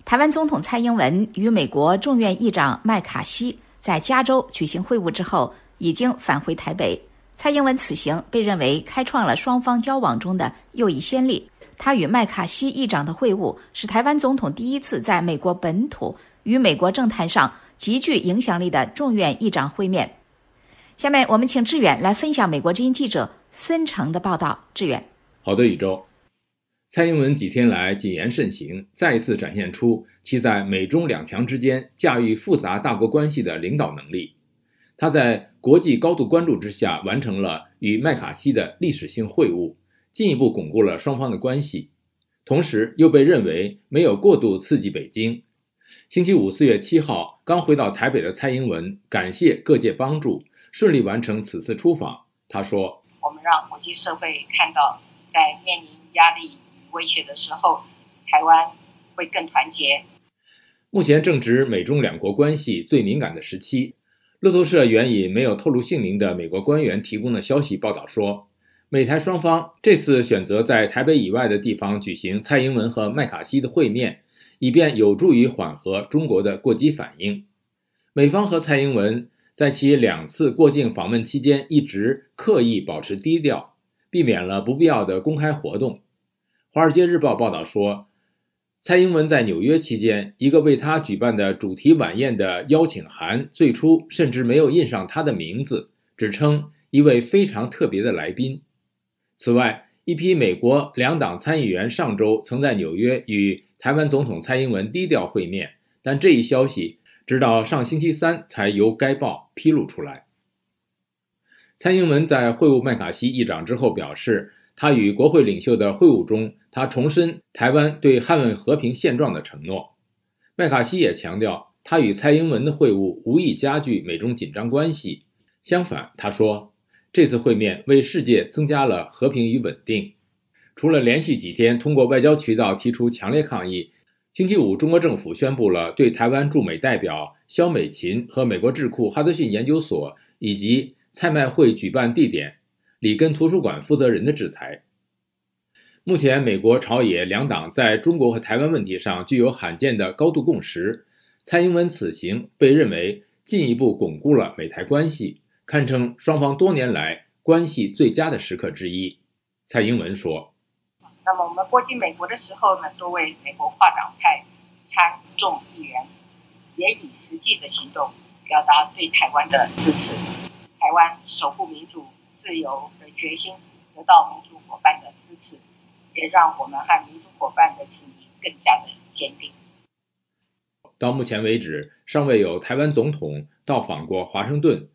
台湾总统蔡英文与美国众院议长麦卡锡在加州举行会晤之后，已经返回台北。蔡英文此行被认为开创了双方交往中的又一先例。他与麦卡锡议长的会晤是台湾总统第一次在美国本土与美国政坛上极具影响力的众院议长会面。下面我们请志远来分享美国之音记者孙成的报道。志远。 好的，宇宙。蔡英文几天来谨言慎行，再一次展现出其在美中两强之间驾驭复杂大国关系的领导能力。他在国际高度关注之下完成了与麦卡锡的历史性会晤，进一步巩固了双方的关系，同时又被认为没有过度刺激北京。星期五4月7号刚回到台北的蔡英文感谢各界帮助，顺利完成此次出访。他说， 我们让国际社会看到在面临压力与威胁的时候，台湾会更团结。 目前正值美中两国关系最敏感的时期。路透社援引没有透露姓名的美国官员提供的消息报道说，美台双方这次选择在台北以外的地方举行蔡英文和麦卡锡的会面，以便有助于缓和中国的过激反应。美方和蔡英文在其2次过境访问期间一直刻意保持低调，避免了不必要的公开活动。华尔街日报报道说，蔡英文在纽约期间，一个为他举办的主题晚宴的邀请函最初甚至没有印上他的名字，只称一位非常特别的来宾。此外，一批美国两党参议员上周曾在纽约与台湾总统蔡英文低调会面，但这一消息直到上星期三才由该报披露出来。蔡英文在会晤麦卡锡议长之后表示，他与国会领袖的会晤中，他重申台湾对捍卫和平现状的承诺。麦卡锡也强调，他与蔡英文的会晤无意加剧美中紧张关系。相反，他说，这次会面为世界增加了和平与稳定。除了连续几天通过外交渠道提出强烈抗议，星期五中国政府宣布了对台湾驻美代表肖美琴和美国智库哈德逊研究所以及蔡麦会举办地点里根图书馆负责人的制裁。目前美国朝野两党在中国和台湾问题上具有罕见的高度共识，蔡英文此行被认为进一步巩固了美台关系，堪称双方多年来关系最佳的时刻之一。蔡英文说， 那么我们过境美国的时候呢，多位美国跨党派参众议员也以实际的行动表达对台湾的支持，台湾守护民主自由的决心得到民主伙伴的支持，也让我们和民主伙伴的情谊更加的坚定。 到目前为止，尚未有台湾总统到访过华盛顿。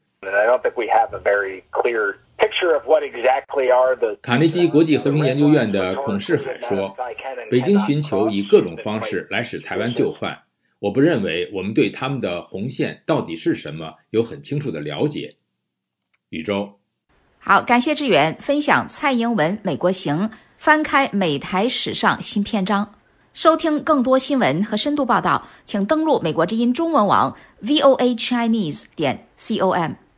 卡内基国际和平研究院的孔世海说，北京寻求以各种方式来使台湾就范，我不认为我们对他们的红线到底是什么有很清楚的了解。宇宙。 好，感谢志远分享蔡英文美国行，翻开美台史上新篇章。收听更多新闻和深度报道，请登录美国之音中文网 voachinese.com。